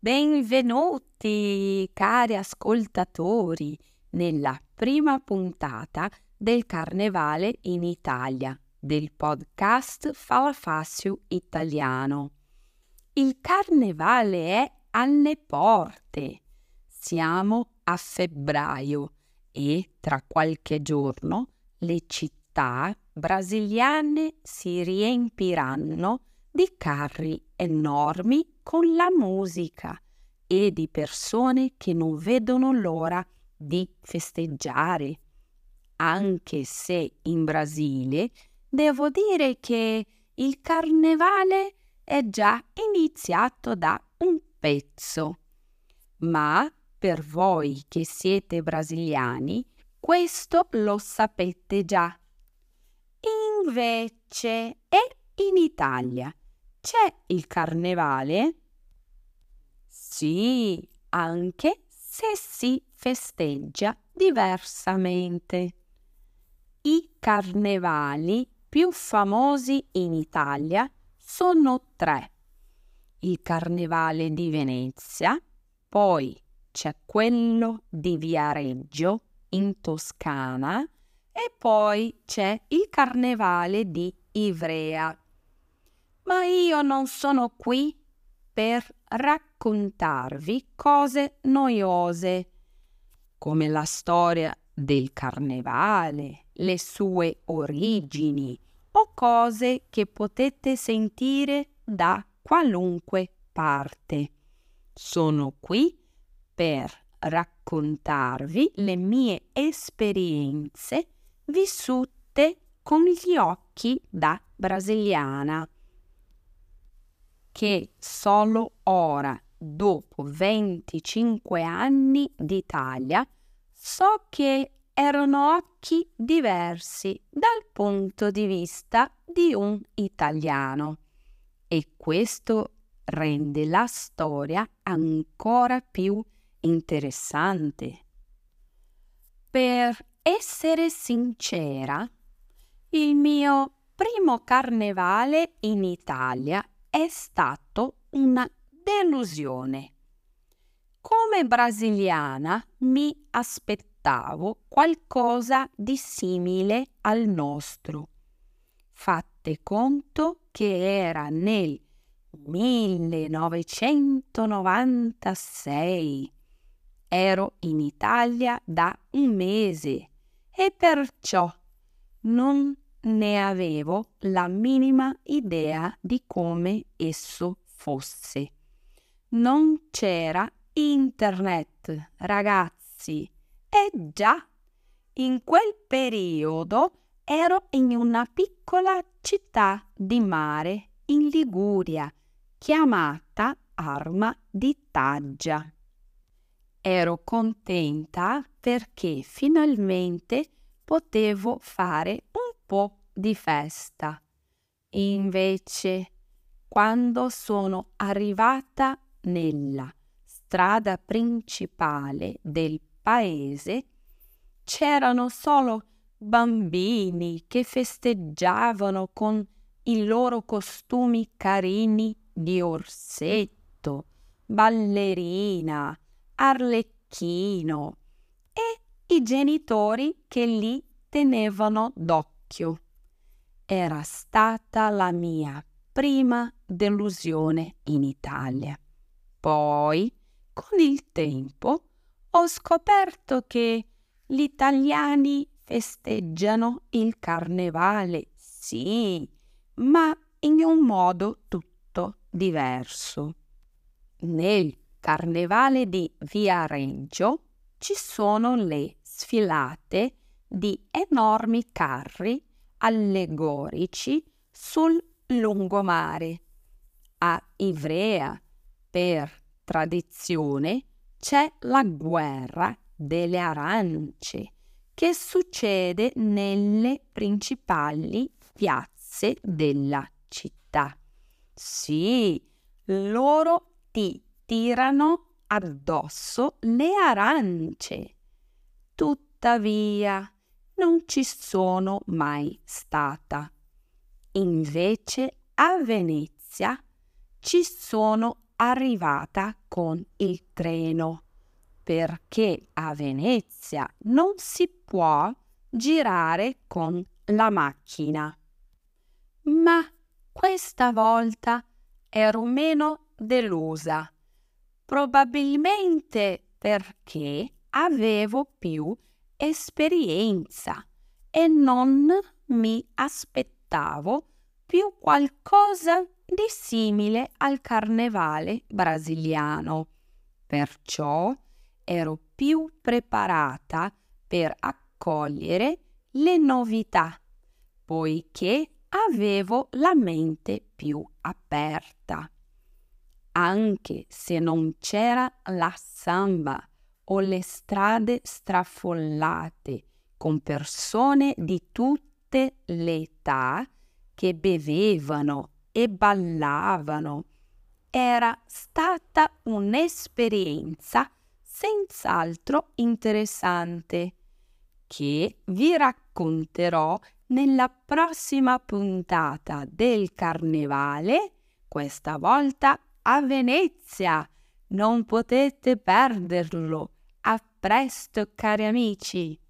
Benvenuti, cari ascoltatori, nella prima puntata del Carnevale in Italia, del podcast Falafasio Italiano. Il Carnevale è alle porte. Siamo a febbraio e tra qualche giorno le città brasiliane si riempiranno di carri enormi con la musica e di persone che non vedono l'ora di festeggiare. Anche se in Brasile devo dire che il carnevale è già iniziato da un pezzo. Ma per voi che siete brasiliani, questo lo sapete già. Invece, e in Italia c'è il carnevale? Sì, anche se si festeggia diversamente. I carnevali più famosi in Italia sono 3. Il carnevale di Venezia, poi c'è quello di Viareggio in Toscana e poi c'è il carnevale di Ivrea. Ma io non sono qui per raccontarvi cose noiose, come la storia del carnevale, le sue origini o cose che potete sentire da qualunque parte. Sono qui per raccontarvi le mie esperienze vissute con gli occhi da brasiliana, che solo ora, dopo 25 anni d'Italia, so che erano occhi diversi dal punto di vista di un italiano. E questo rende la storia ancora più interessante. Per essere sincera, il mio primo carnevale in Italia è stato una delusione. Come brasiliana mi aspettavo qualcosa di simile al nostro. Fate conto che era nel 1996. Ero in Italia da un mese e perciò non ne avevo la minima idea di come esso fosse. Non c'era internet, ragazzi. Già, in quel periodo ero in una piccola città di mare in Liguria, chiamata Arma di Taggia. Ero contenta perché finalmente potevo fare un po' di festa. Invece, quando sono arrivata nella strada principale del paese, c'erano solo bambini che festeggiavano con i loro costumi carini di orsetto, ballerina, arlecchino e i genitori che li tenevano d'occhio. Era stata la mia prima delusione in Italia. Poi, con il tempo, ho scoperto che gli italiani festeggiano il carnevale, sì, ma in un modo tutto diverso. Nel carnevale di Viareggio ci sono le sfilate di enormi carri allegorici sul lungomare. A Ivrea, per tradizione, c'è la guerra delle arance che succede nelle principali piazze della città. Sì, loro ti tirano addosso le arance. Tuttavia, non ci sono mai stata. Invece, a Venezia ci sono arrivata con il treno, perché a Venezia non si può girare con la macchina. Ma questa volta ero meno delusa, probabilmente perché avevo più esperienza e non mi aspettavo più qualcosa di simile al carnevale brasiliano. Perciò ero più preparata per accogliere le novità, poiché avevo la mente più aperta. Anche se non c'era la samba o le strade straffollate con persone di tutte le età che bevevano e ballavano, era stata un'esperienza senz'altro interessante che vi racconterò nella prossima puntata del Carnevale, questa volta a Venezia. Non potete perderlo. A presto, cari amici!